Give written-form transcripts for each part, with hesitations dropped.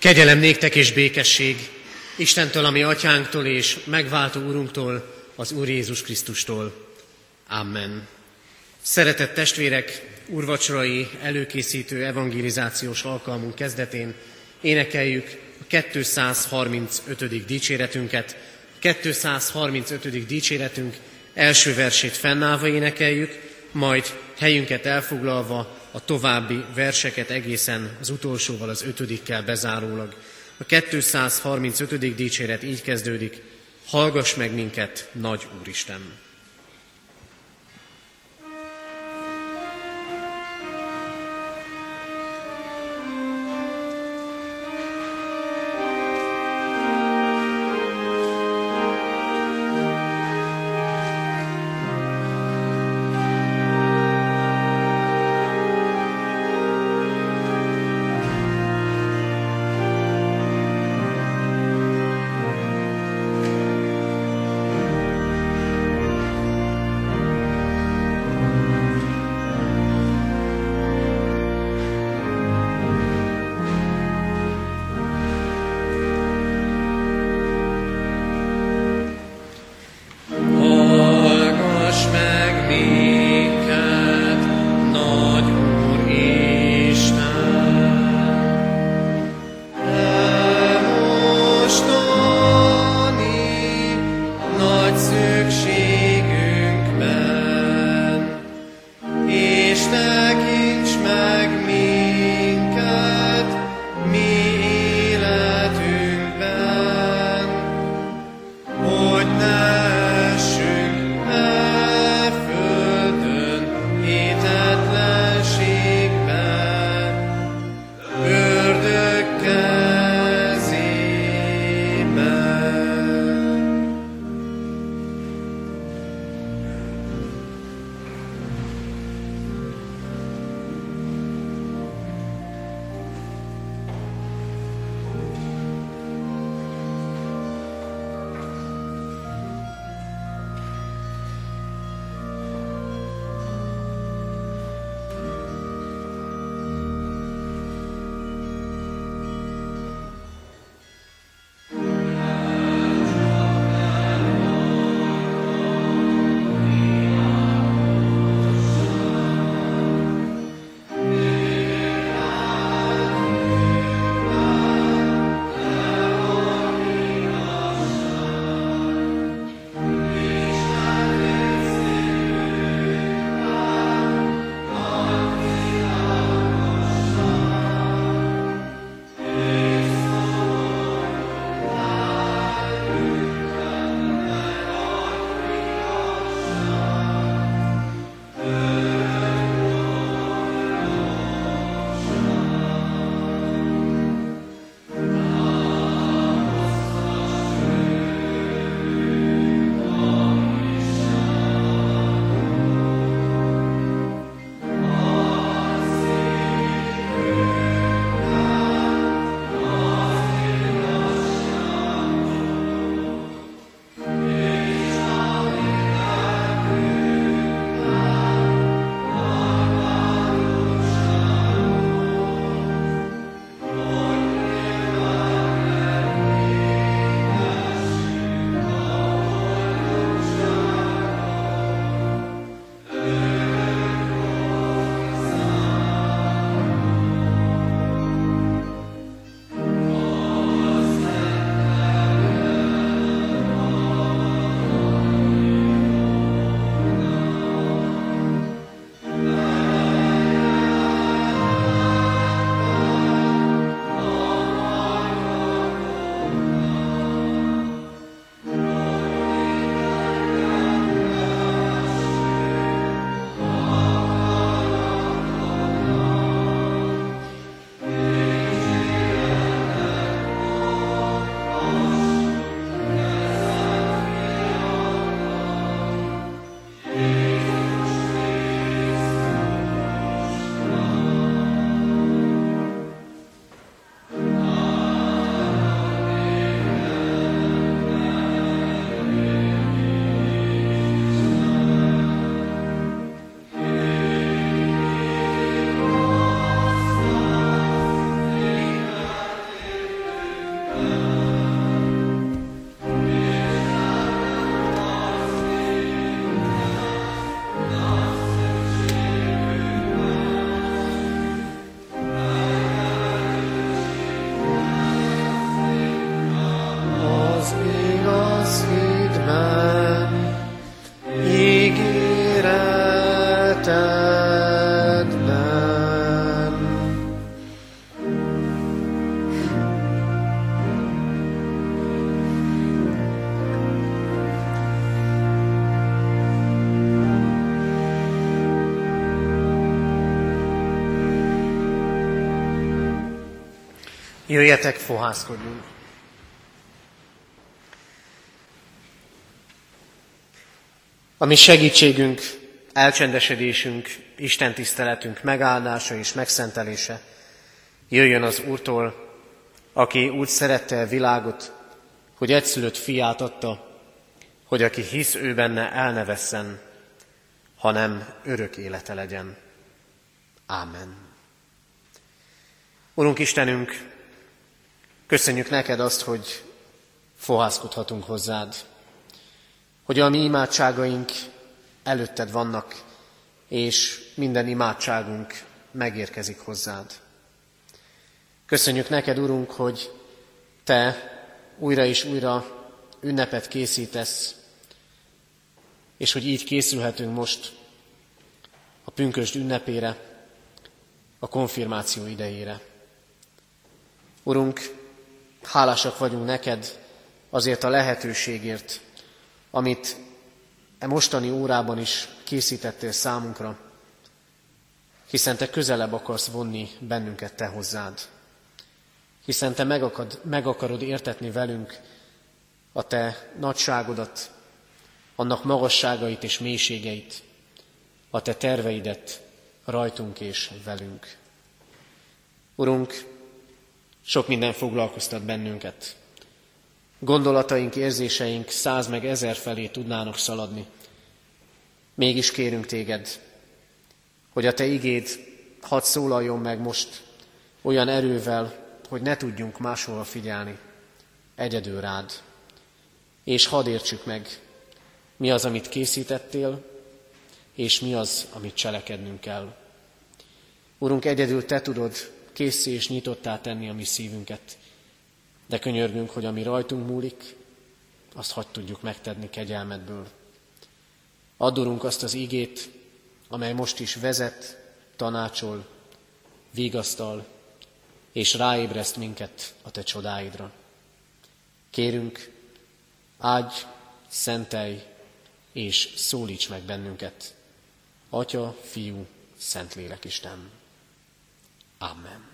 Kegyelem néktek és békesség Istentől, ami atyánktól és megváltó Urunktól, az Úr Jézus Krisztustól. Amen. Szeretett testvérek, úrvacsorai előkészítő evangelizációs alkalmunk kezdetén énekeljük a 235. dicséretünket. 235. dicséretünk első versét fennállva énekeljük, majd helyünket elfoglalva a további verseket egészen az utolsóval, az 5-kel bezárólag. A 235. dicséret így kezdődik: Hallgass meg minket, nagy Úristen! Jöjjetek, fohászkodjunk! A mi segítségünk, elcsendesedésünk, Isten tiszteletünk megáldása és megszentelése jöjjön az Úrtól, aki úgy szerette a világot, hogy egyszülött fiát adta, hogy aki hisz ő benne, el ne vesszen, hanem örök élete legyen. Ámen. Urunk Istenünk, köszönjük neked azt, hogy fohászkodhatunk hozzád, hogy a mi imádságaink előtted vannak, és minden imádságunk megérkezik hozzád. Köszönjük neked, Urunk, hogy te újra és újra ünnepet készítesz, és hogy így készülhetünk most a pünkösd ünnepére, a konfirmáció idejére. Urunk, hálásak vagyunk neked azért a lehetőségért, amit e mostani órában is készítettél számunkra, hiszen te közelebb akarsz vonni bennünket te hozzád. Hiszen te meg akarod értetni velünk a te nagyságodat, annak magasságait és mélységeit, a te terveidet rajtunk és velünk. Urunk, sok minden foglalkoztat bennünket. Gondolataink, érzéseink 100 meg 1000 felé tudnának szaladni. Mégis kérünk téged, hogy a te igéd hadd szólaljon meg most olyan erővel, hogy ne tudjunk máshol figyelni, egyedül rád. És hadd értsük meg, mi az, amit készítettél, és mi az, amit cselekednünk kell. Urunk, egyedül te tudod készé és nyitottá tenni a mi szívünket, de könyörgünk, hogy ami rajtunk múlik, azt hadd tudjuk megtenni kegyelmedből. Add, Urunk, azt az igét, amely most is vezet, tanácsol, vigasztal, és ráébreszt minket a te csodáidra. Kérünk, áldj, szentelj, és szólíts meg bennünket. Atya, Fiú, Szentlélek Isten. Amen.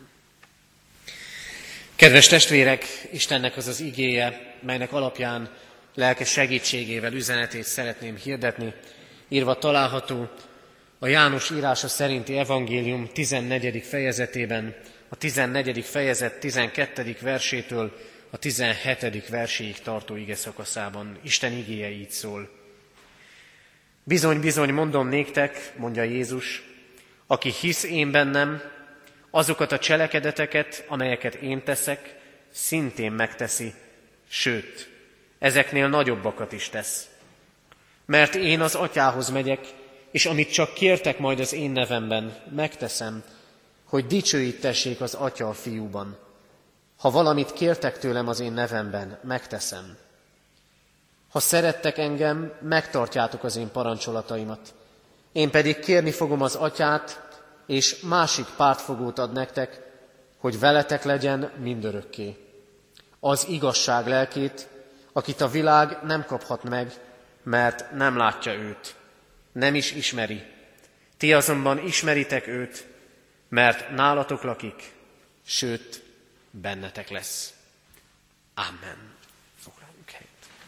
Kedves testvérek, Istennek az az igéje, melynek alapján lelke segítségével üzenetét szeretném hirdetni, írva található a János írása szerinti evangélium 14. fejezetében, a 14. fejezet 12. versétől a 17. verséig tartó ige szakaszában. Isten igéje így szól. Bizony, bizony, mondom néktek, mondja Jézus, aki hisz én bennem, azokat a cselekedeteket, amelyeket én teszek, szintén megteszi, sőt, ezeknél nagyobbakat is tesz. Mert én az Atyához megyek, és amit csak kértek majd az én nevemben, megteszem, hogy dicsőítessék az Atya a Fiúban. Ha valamit kértek tőlem az én nevemben, megteszem. Ha szerettek engem, megtartjátok az én parancsolataimat. Én pedig kérni fogom az Atyát, és másik pártfogót ad nektek, hogy veletek legyen mindörökké. Az igazság lelkét, akit a világ nem kaphat meg, mert nem látja őt, nem is ismeri. Ti azonban ismeritek őt, mert nálatok lakik, sőt, bennetek lesz. Amen. Foglaljunk helyet.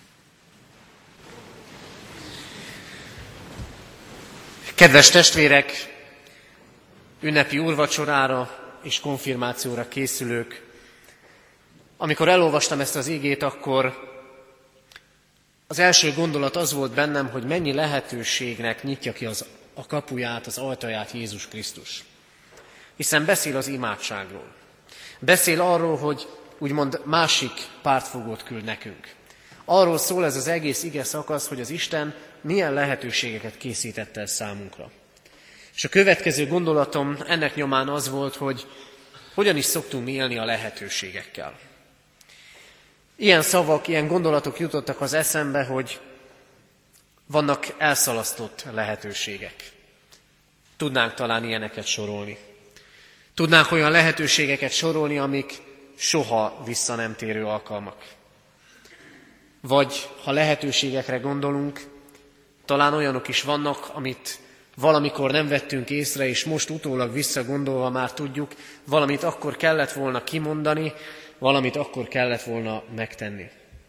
Kedves testvérek, ünnepi úrvacsorára és konfirmációra készülők, amikor elolvastam ezt az igét, akkor az első gondolat az volt bennem, hogy mennyi lehetőségnek nyitja ki a kapuját, az ajtaját Jézus Krisztus. Hiszen beszél az imádságról. Beszél arról, hogy úgymond másik pártfogót küld nekünk. Arról szól ez az egész ige szakasz, hogy az Isten milyen lehetőségeket készített el számunkra. És a következő gondolatom ennek nyomán az volt, hogy hogyan is szoktunk mi élni a lehetőségekkel. Ilyen szavak, ilyen gondolatok jutottak az eszembe, hogy vannak elszalasztott lehetőségek. Tudnánk talán ilyeneket sorolni. Tudnánk olyan lehetőségeket sorolni, amik soha vissza nem térő alkalmak. Vagy ha lehetőségekre gondolunk, talán olyanok is vannak, amit Valamikor nem vettünk észre, és most utólag visszagondolva már tudjuk, valamit akkor kellett volna kimondani, valamit akkor kellett volna megtenni.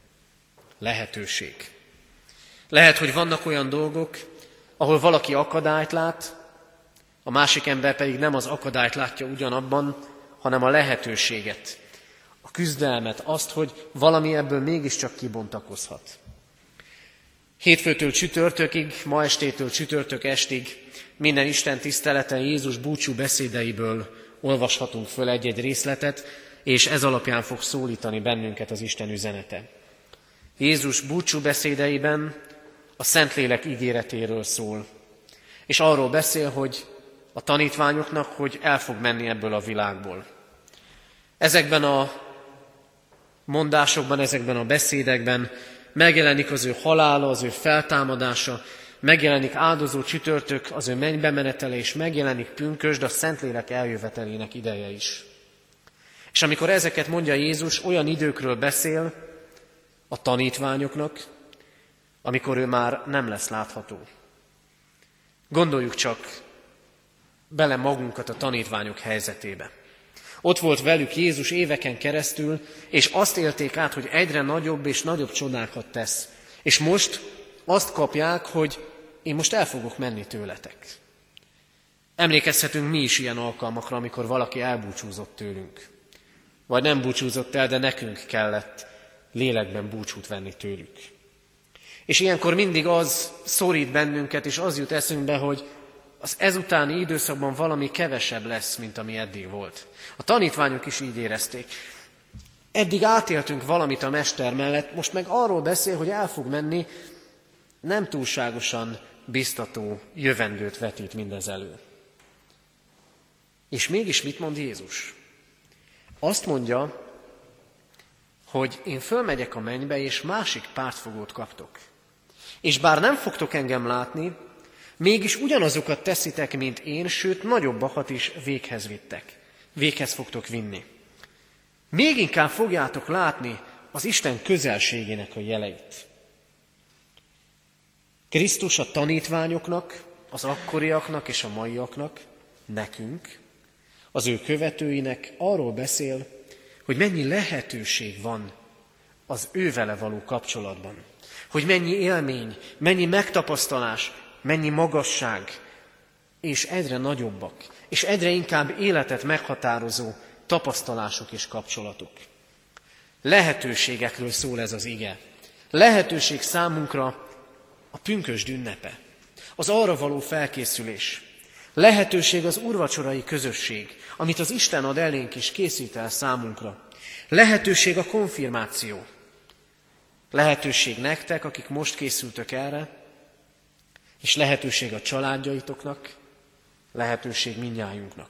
Lehetőség. Lehet, hogy vannak olyan dolgok, ahol valaki akadályt lát, a másik ember pedig nem az akadályt látja ugyanabban, hanem a lehetőséget, a küzdelmet, azt, hogy valami ebből mégiscsak kibontakozhat. Hétfőtől csütörtökig, ma estétől csütörtök estig minden Isten tiszteleten Jézus búcsú beszédeiből olvashatunk föl egy-egy részletet, és ez alapján fog szólítani bennünket az Isten üzenete. Jézus búcsú beszédeiben a Szentlélek ígéretéről szól, és arról beszél, hogy a tanítványoknak, hogy el fog menni ebből a világból. Ezekben a mondásokban, ezekben a beszédekben megjelenik az ő halála, az ő feltámadása, megjelenik áldozó csütörtök, az ő mennybe menetele, és megjelenik pünkösd, a Szentlélek eljövetelének ideje is. És amikor ezeket mondja Jézus, olyan időkről beszél a tanítványoknak, amikor ő már nem lesz látható. Gondoljuk csak bele magunkat a tanítványok helyzetébe. Ott volt velük Jézus éveken keresztül, és azt élték át, hogy egyre nagyobb és nagyobb csodákat tesz. És most azt kapják, hogy én most el fogok menni tőletek. Emlékezhetünk mi is ilyen alkalmakra, amikor valaki elbúcsúzott tőlünk. Vagy nem búcsúzott el, de nekünk kellett lélekben búcsút venni tőlük. És ilyenkor mindig az szorít bennünket, és az jut eszünkbe, hogy az ezutáni időszakban valami kevesebb lesz, mint ami eddig volt. A tanítványok is így érezték. Eddig átéltünk valamit a Mester mellett, most meg arról beszél, hogy el fog menni, nem túlságosan biztató jövendőt vetít mindez elő. És mégis mit mond Jézus? Azt mondja, hogy én fölmegyek a mennybe, és másik pártfogót kaptok. És bár nem fogtok engem látni, mégis ugyanazokat teszitek, mint én, sőt, nagyobbakat is véghez fogtok vinni. Még inkább fogjátok látni az Isten közelségének a jeleit. Krisztus a tanítványoknak, az akkoriaknak és a maiaknak, nekünk, az ő követőinek arról beszél, hogy mennyi lehetőség van az ővele való kapcsolatban. Hogy mennyi élmény, mennyi megtapasztalás, mennyi magasság, és egyre nagyobbak, és egyre inkább életet meghatározó tapasztalások és kapcsolatok. Lehetőségekről szól ez az ige. Lehetőség számunkra a pünkösd ünnepe, az arra való felkészülés. Lehetőség az úrvacsorai közösség, amit az Isten ad elénk és készít el számunkra. Lehetőség a konfirmáció. Lehetőség nektek, akik most készültök erre, és lehetőség a családjaitoknak, lehetőség mindnyájunknak.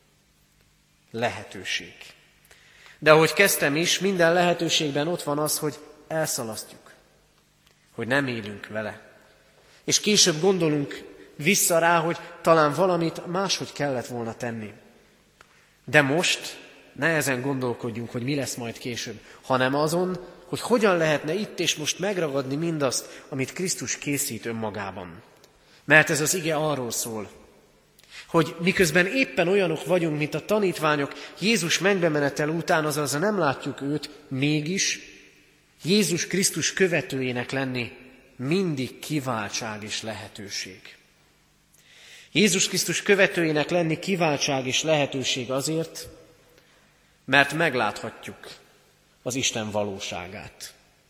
Lehetőség. De ahogy kezdtem is, minden lehetőségben ott van az, hogy elszalasztjuk, hogy nem élünk vele. És később gondolunk vissza rá, hogy talán valamit máshogy kellett volna tenni. De most ne ezen gondolkodjunk, hogy mi lesz majd később, hanem azon, hogy hogyan lehetne itt és most megragadni mindazt, amit Krisztus készít önmagában. Mert ez az ige arról szól, hogy miközben éppen olyanok vagyunk, mint a tanítványok Jézus mennybemenetel után, azaz nem látjuk őt, mégis Jézus Krisztus követőjének lenni mindig kiváltság és lehetőség. Jézus Krisztus követőjének lenni kiváltság és lehetőség azért, mert megláthatjuk az Isten valóságát.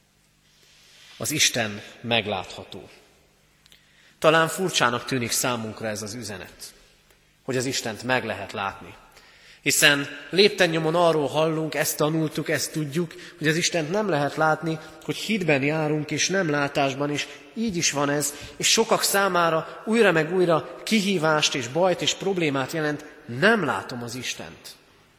Az Isten meglátható. Talán furcsának tűnik számunkra ez az üzenet, hogy az Istent meg lehet látni. Hiszen léptennyomon arról hallunk, ezt tanultuk, ezt tudjuk, hogy az Istent nem lehet látni, hogy hitben járunk és nem látásban, és így is van ez, és sokak számára újra meg újra kihívást és bajt és problémát jelent, nem látom az Istent.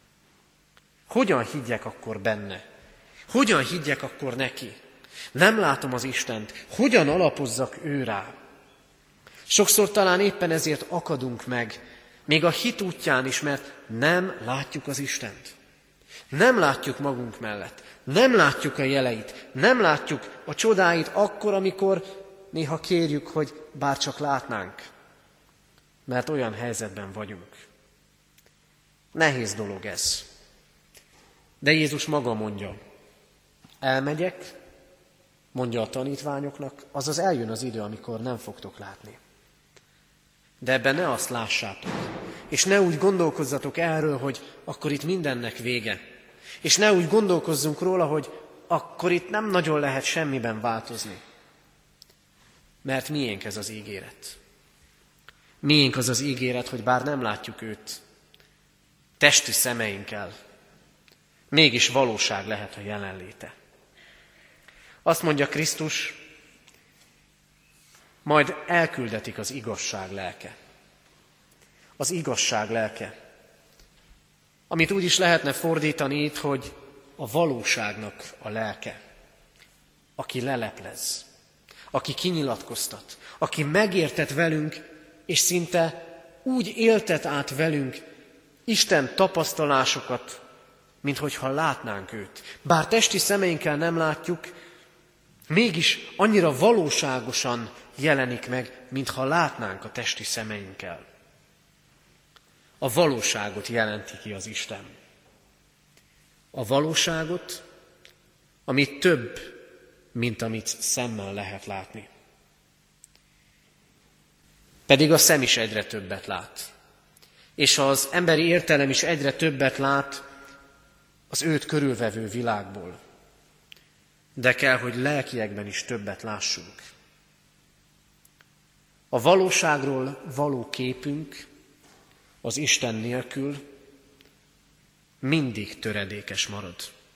Hogyan higgyek akkor benne? Hogyan higgyek akkor neki? Nem látom az Istent. Hogyan alapozzak ő rá? Sokszor talán éppen ezért akadunk meg, még a hit útján is, mert nem látjuk az Istent. Nem látjuk magunk mellett. Nem látjuk a jeleit. Nem látjuk a csodáit akkor, amikor néha kérjük, hogy bár csak látnánk. mert olyan helyzetben vagyunk. Nehéz dolog ez. De Jézus maga mondja, elmegyek, mondja a tanítványoknak, azaz eljön az idő, amikor nem fogtok látni. De ebben ne azt lássátok, és ne úgy gondolkozzatok erről, hogy akkor itt mindennek vége. És ne úgy gondolkozzunk róla, hogy akkor itt nem nagyon lehet semmiben változni. Mert miénk ez az ígéret? Miénk az az ígéret, hogy bár nem látjuk őt testi szemeinkkel, mégis valóság lehet a jelenléte. Azt mondja Krisztus, majd elküldetik az igazság lelke. Az igazság lelke, amit úgy is lehetne fordítani itt, hogy a valóságnak a lelke, aki leleplez, aki kinyilatkoztat, aki megértet velünk, és szinte úgy éltet át velünk Isten tapasztalásokat, minthogyha látnánk őt. Bár testi szemeinkkel nem látjuk, mégis annyira valóságosan jelenik meg, mintha látnánk a testi szemeinkkel. A valóságot jelenti ki az Isten. A valóságot, ami több, mint amit szemmel lehet látni. Pedig a szem is egyre többet lát. És az emberi értelem is egyre többet lát az őt körülvevő világból. De kell, hogy lelkiekben is többet lássunk. A valóságról való képünk az Isten nélkül mindig töredékes marad.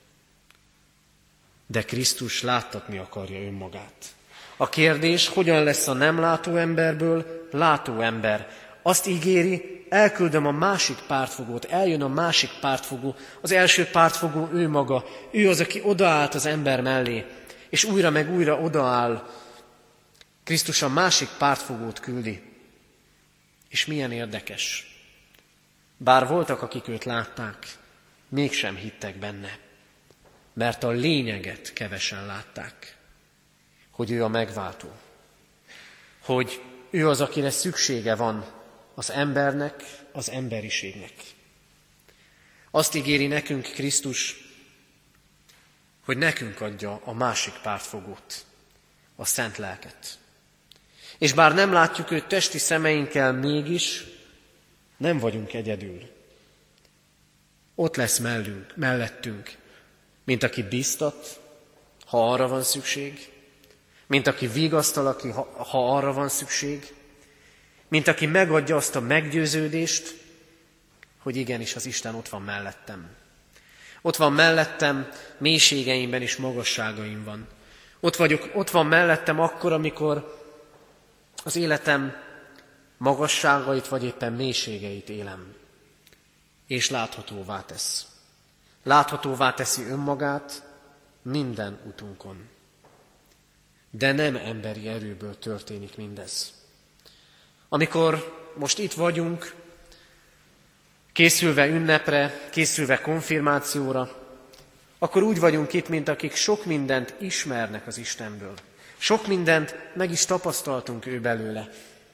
De Krisztus láttatni akarja önmagát. A kérdés, hogyan lesz a nem látó emberből látó ember? Azt ígéri, elküldöm a másik pártfogót, eljön a másik pártfogó, az első pártfogó ő maga, ő az, aki odaállt az ember mellé, és újra meg újra odaáll. Krisztus a másik pártfogót küldi. És milyen érdekes. Bár voltak, akik őt látták, mégsem hittek benne, mert a lényeget kevesen látták, hogy ő a megváltó, hogy ő az, akire szüksége van az embernek, az emberiségnek. Azt ígéri nekünk Krisztus, hogy nekünk adja a másik pártfogót, a Szent Lelket. És bár nem látjuk őt testi szemeinkkel, mégis nem vagyunk egyedül. Ott lesz mellettünk, mint aki bíztat, ha arra van szükség, mint aki vigasztal, ha arra van szükség, mint aki megadja azt a meggyőződést, hogy igenis az Isten ott van mellettem. Ott van mellettem mélységeimben és magasságaimban. Ott van mellettem akkor, amikor az életem magasságait vagy éppen mélységeit élem. És láthatóvá tesz. Láthatóvá teszi önmagát minden utunkon. De nem emberi erőből történik mindez. Amikor most itt vagyunk, készülve ünnepre, készülve konfirmációra, akkor úgy vagyunk itt, mint akik sok mindent ismernek az Istenből. Sok mindent meg is tapasztaltunk ő belőle.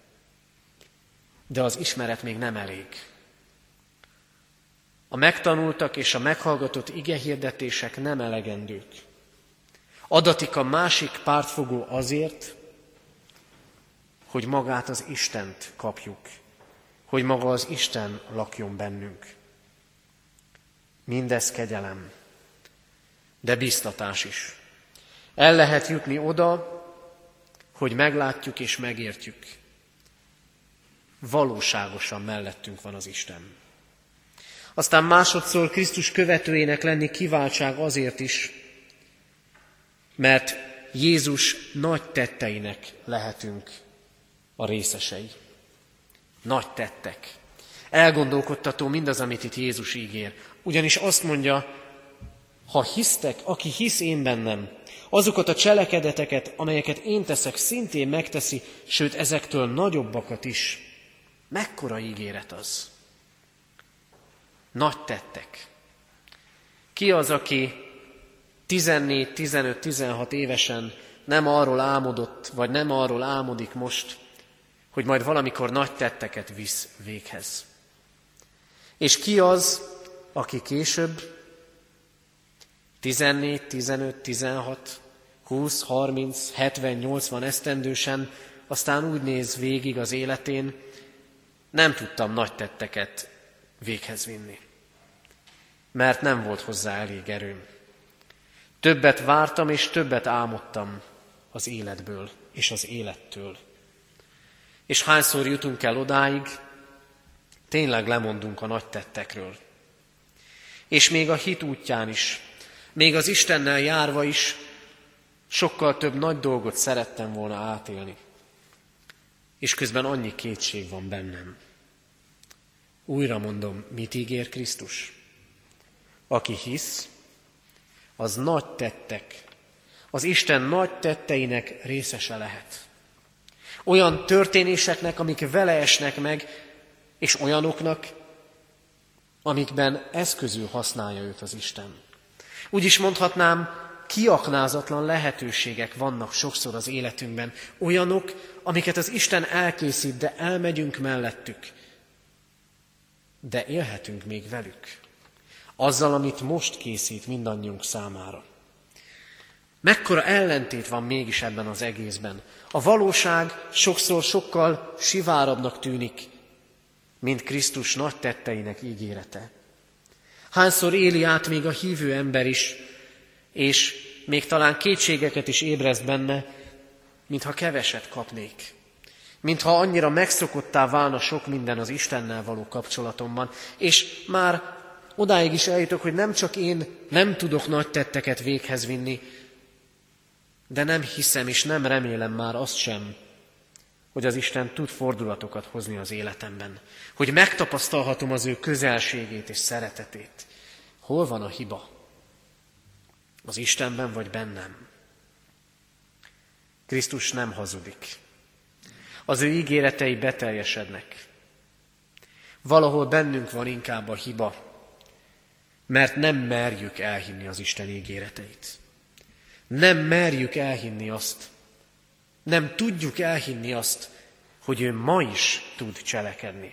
De az ismeret még nem elég. A megtanultak és a meghallgatott igehirdetések nem elegendők. Adatik a másik pártfogó azért, hogy magát az Istent kapjuk, hogy maga az Isten lakjon bennünk. Mindez kegyelem, de biztatás is. El lehet jutni oda, hogy meglátjuk és megértjük. Valóságosan mellettünk van az Isten. Aztán másodszor Krisztus követőjének lenni kiváltság azért is, mert Jézus nagy tetteinek lehetünk a részesei. Nagy tettek. Elgondolkodtató mindaz, amit itt Jézus ígér. Ugyanis azt mondja, ha hisztek, aki hisz én bennem, azokat a cselekedeteket, amelyeket én teszek, szintén megteszi, sőt ezektől nagyobbakat is. Mekkora ígéret az? Nagy tettek. Ki az, aki 14, 15, 16 évesen nem arról álmodott, vagy nem arról álmodik most, hogy majd valamikor nagy tetteket visz véghez. És ki az, aki később 14, 15, 16, 20, 30, 70, 80 esztendősen aztán úgy néz végig az életén, nem tudtam nagy tetteket véghez vinni, mert nem volt hozzá elég erőm. Többet vártam és többet álmodtam az életből és az élettől. És hányszor jutunk el odáig, tényleg lemondunk a nagy tettekről. És még a hit útján is, még az Istennel járva is sokkal több nagy dolgot szerettem volna átélni. És közben annyi kétség van bennem. Újra mondom, mit ígér Krisztus? Aki hisz, az nagy tettek, az Isten nagy tetteinek részese lehet. Olyan történéseknek, amik vele esnek meg, és olyanoknak, amikben eszközül használja őt az Isten. Úgy is mondhatnám, kiaknázatlan lehetőségek vannak sokszor az életünkben. Olyanok, amiket az Isten elkészít, de elmegyünk mellettük. De élhetünk még velük. Azzal, amit most készít mindannyiunk számára. Mekkora ellentét van mégis ebben az egészben. A valóság sokszor sokkal sivárabbnak tűnik, mint Krisztus nagy tetteinek ígérete. Hányszor éli át még a hívő ember is, és még talán kétségeket is ébreszt benne, mintha keveset kapnék. Mintha annyira megszokottá válna sok minden az Istennel való kapcsolatomban, és már odáig is eljutok, hogy nem csak én nem tudok nagy tetteket véghez vinni, de nem hiszem és nem remélem már azt sem, hogy az Isten tud fordulatokat hozni az életemben, hogy megtapasztalhatom az ő közelségét és szeretetét. Hol van a hiba? Az Istenben vagy bennem? Krisztus nem hazudik. Az ő ígéretei beteljesednek. Valahol bennünk van inkább a hiba, mert nem merjük elhinni az Isten ígéreteit. Nem merjük elhinni azt, nem tudjuk elhinni azt, hogy ő ma is tud cselekedni.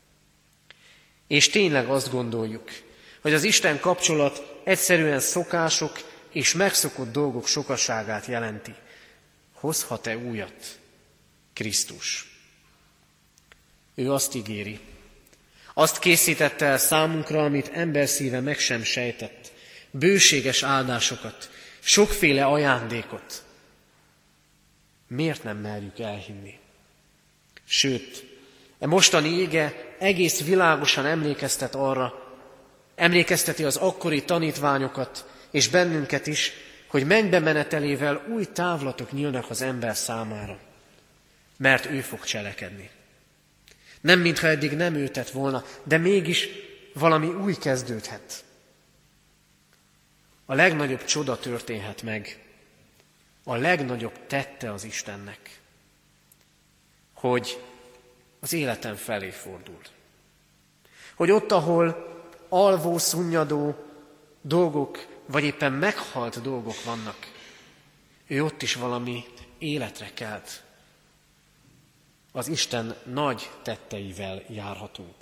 És tényleg azt gondoljuk, hogy az Isten kapcsolat egyszerűen szokások és megszokott dolgok sokaságát jelenti. Hozhat-e újat Krisztus? Ő azt ígéri, azt készítette el számunkra, amit ember szíve meg sem sejtett, bőséges áldásokat, sokféle ajándékot. Miért nem merjük elhinni? Sőt, a mostani ége egész világosan emlékeztet arra, emlékezteti az akkori tanítványokat, és bennünket is, hogy mennybe menetelével új távlatok nyílnak az ember számára, mert ő fog cselekedni. Nem mintha eddig nem ő tett volna, de mégis valami új kezdődhet. A legnagyobb csoda történhet meg, a legnagyobb tette az Istennek, hogy az életem felé fordul. Hogy ott, ahol alvó, szunnyadó dolgok, vagy éppen meghalt dolgok vannak, ő ott is valami életre kelt. Az Isten nagy tetteivel járhatunk.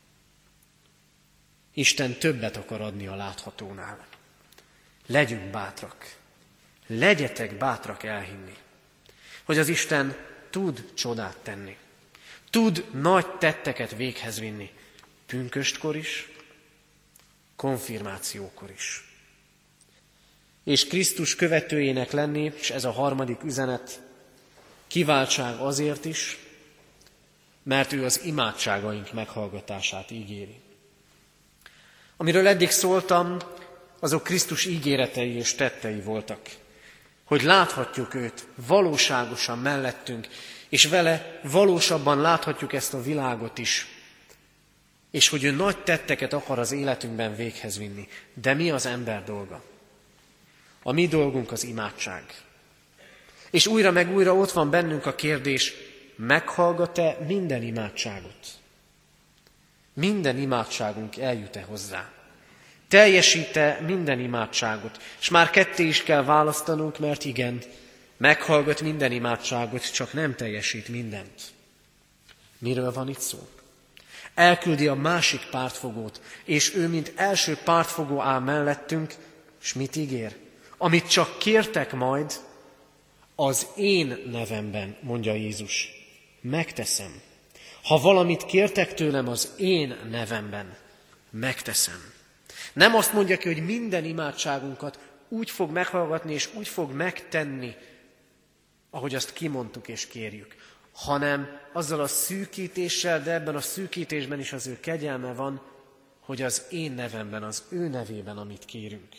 Isten többet akar adni a láthatónál. Legyünk bátrak. Legyetek bátrak elhinni, hogy az Isten tud csodát tenni. Tud nagy tetteket véghez vinni. Pünköstkor is, konfirmációkor is. És Krisztus követőjének lenni, és ez a harmadik üzenet, kiváltság azért is, mert ő az imádságaink meghallgatását ígéri. Amiről eddig szóltam, azok Krisztus ígéretei és tettei voltak, hogy láthatjuk őt valóságosan mellettünk, és vele valósabban láthatjuk ezt a világot is, és hogy ő nagy tetteket akar az életünkben véghez vinni. De mi az ember dolga? A mi dolgunk az imádság. És újra meg újra ott van bennünk a kérdés, meghallgat-e minden imádságot? Minden imádságunk eljut-e hozzá? Teljesít-e minden imádságot? És már ketté is kell választanunk, mert igen, meghallgat minden imádságot, csak nem teljesít mindent. Miről van itt szó? Elküldi a másik pártfogót, és ő, mint első pártfogó áll mellettünk, és mit ígér? Amit csak kértek majd, az én nevemben, mondja Jézus, megteszem. Ha valamit kértek tőlem az én nevemben, megteszem. Nem azt mondja ki, hogy minden imádságunkat úgy fog meghallgatni és úgy fog megtenni, ahogy azt kimondtuk és kérjük, hanem azzal a szűkítéssel, de ebben a szűkítésben is az ő kegyelme van, hogy az én nevemben, az ő nevében, amit kérünk.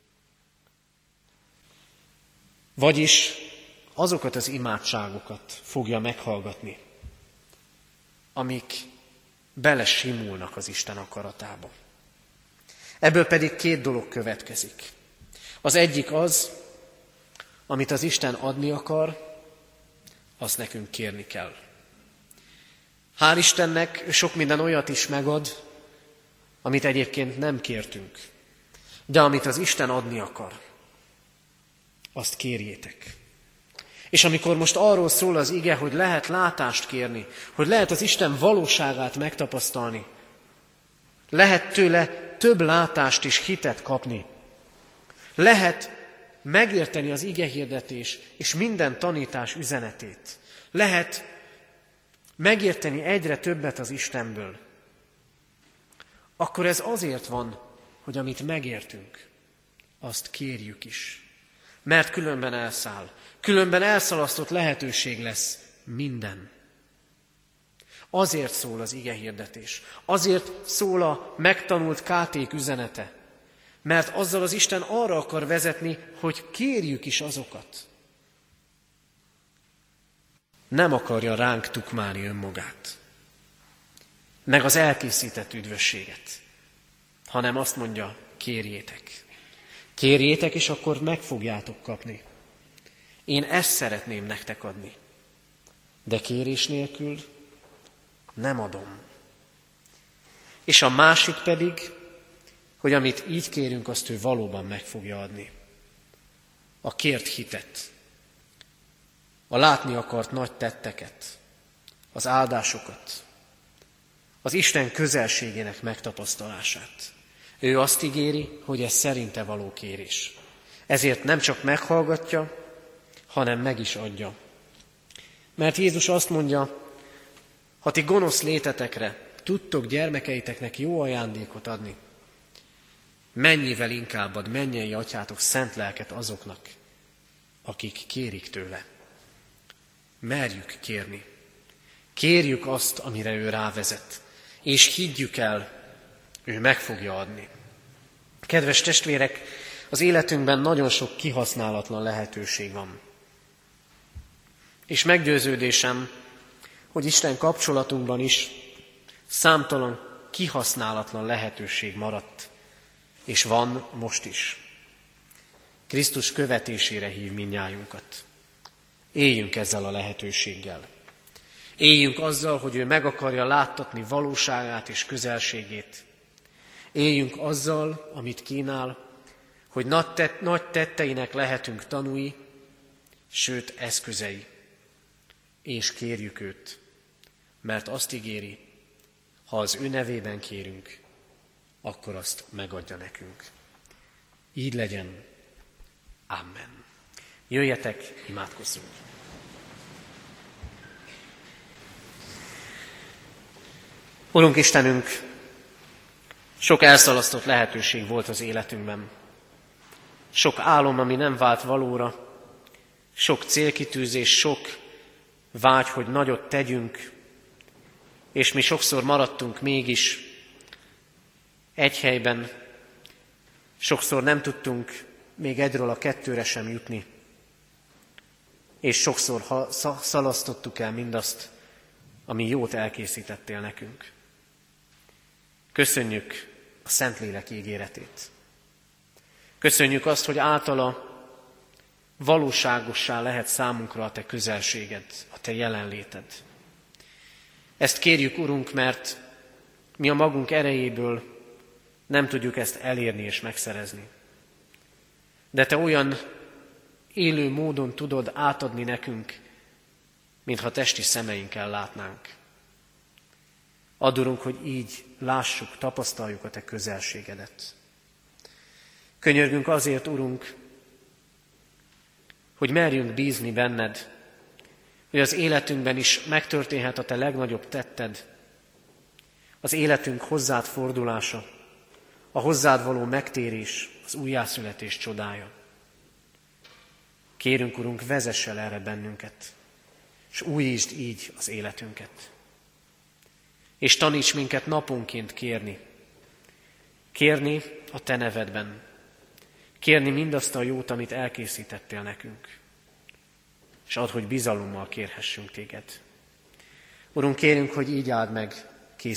Vagyis azokat az imádságokat fogja meghallgatni, amik belesimulnak az Isten akaratába. Ebből pedig 2 dolog következik. Az egyik az, amit az Isten adni akar, azt nekünk kérni kell. Hál' Istennek sok minden olyat is megad, amit egyébként nem kértünk. De amit az Isten adni akar, azt kérjétek. És amikor most arról szól az ige, hogy lehet látást kérni, hogy lehet az Isten valóságát megtapasztalni, lehet tőle több látást és hitet kapni, lehet megérteni az igehirdetés és minden tanítás üzenetét, lehet megérteni egyre többet az Istenből, akkor ez azért van, hogy amit megértünk, azt kérjük is. Mert különben elszáll. Különben elszalasztott lehetőség lesz minden. Azért szól az igehirdetés. Azért szól a megtanult KT-k üzenete. Mert azzal az Isten arra akar vezetni, hogy kérjük is azokat. Nem akarja ránk tukmálni önmagát, meg az elkészített üdvösséget, hanem azt mondja, kérjétek. Kérjétek, és akkor meg fogjátok kapni. Én ezt szeretném nektek adni, de kérés nélkül nem adom. És a másik pedig, hogy amit így kérünk, azt ő valóban meg fogja adni. A kért hitet, a látni akart nagy tetteket, az áldásokat, az Isten közelségének megtapasztalását. Ő azt ígéri, hogy ez szerinte való kérés. Ezért nem csak meghallgatja, hanem meg is adja. Mert Jézus azt mondja, ha ti gonosz létetekre tudtok gyermekeiteknek jó ajándékot adni, mennyivel inkább ad mennyei atyátok szent lelket azoknak, akik kérik tőle. Merjük kérni. Kérjük azt, amire ő rávezet, és higgyük el, ő meg fogja adni. Kedves testvérek, az életünkben nagyon sok kihasználatlan lehetőség van. És meggyőződésem, hogy Isten kapcsolatunkban is számtalan kihasználatlan lehetőség maradt, és van most is. Krisztus követésére hív mindnyájunkat. Éljünk ezzel a lehetőséggel. Éljünk azzal, hogy ő meg akarja láttatni valóságát és közelségét. Éljünk azzal, amit kínál, hogy nagy tetteinek lehetünk tanúi, sőt eszközei. És kérjük őt, mert azt ígéri, ha az ő nevében kérünk, akkor azt megadja nekünk. Így legyen. Amen. Jöjjetek, imádkozzunk. Urunk Istenünk, sok elszalasztott lehetőség volt az életünkben. Sok álom, ami nem vált valóra, sok célkitűzés, sok vágy, hogy nagyot tegyünk, és mi sokszor maradtunk mégis egy helyben, sokszor nem tudtunk még 1-ről a 2-re sem jutni, és sokszor szalasztottuk el mindazt, ami jót elkészítettél nekünk. Köszönjük a Szentlélek ígéretét. Köszönjük azt, hogy általa valóságossá lehet számunkra a te közelséged, a te jelenléted. Ezt kérjük, Urunk, mert mi a magunk erejéből nem tudjuk ezt elérni és megszerezni. De te olyan élő módon tudod átadni nekünk, mintha testi szemeinkkel látnánk. Add, Urunk, hogy így lássuk, tapasztaljuk a Te közelségedet. Könyörgünk azért, Urunk, hogy merjünk bízni benned, hogy az életünkben is megtörténhet a Te legnagyobb tetted, az életünk hozzád fordulása, a hozzád való megtérés, az újjászületés csodája. Kérünk, Urunk, vezess el erre bennünket, és újítsd így az életünket. És taníts minket naponként kérni a Te nevedben, kérni mindazt a jót, amit elkészítettél nekünk, és add, hogy bizalommal kérhessünk Téged. Urunk, kérünk, hogy így áld meg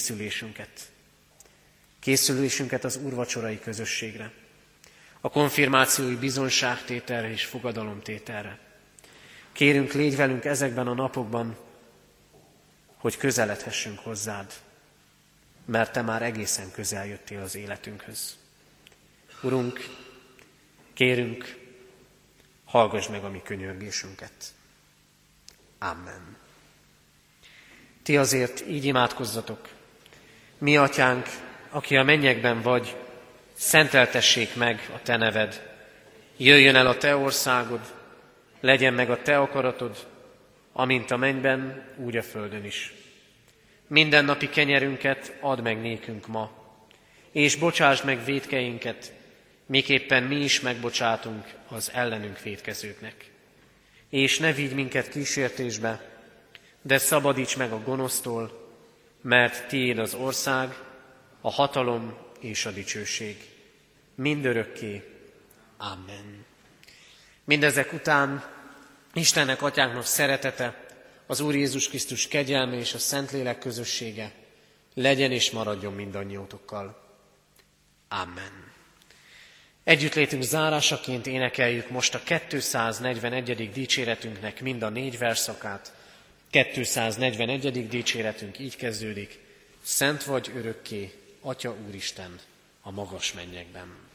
készülésünket az úrvacsorai közösségre, a konfirmációi bizonságtételre és fogadalomtételre. Kérünk, légy velünk ezekben a napokban, hogy közeledhessünk hozzád, mert Te már egészen közel jöttél az életünkhöz. Urunk, kérünk, hallgass meg a mi könyörgésünket. Amen. Ti azért így imádkozzatok. Mi atyánk, aki a mennyekben vagy, szenteltessék meg a Te neved. Jöjjön el a Te országod, legyen meg a Te akaratod, amint a mennyben, úgy a földön is. Mindennapi kenyerünket add meg nékünk ma, és bocsásd meg vétkeinket, miképpen mi is megbocsátunk az ellenünk vétkezőknek. És ne vigy minket kísértésbe, de szabadíts meg a gonosztól, mert Tiéd az ország, a hatalom és a dicsőség. Mindörökké. Amen. Mindezek után Istennek, Atyánknak szeretete, az Úr Jézus Krisztus kegyelme és a Szentlélek közössége legyen és maradjon mindannyiótokkal. Amen. Együttlétünk zárásaként énekeljük most a 241. dicséretünknek mind a 4 verszakát. 241. dicséretünk így kezdődik: Szent vagy örökké, Atya Úristen, a magas mennyekben.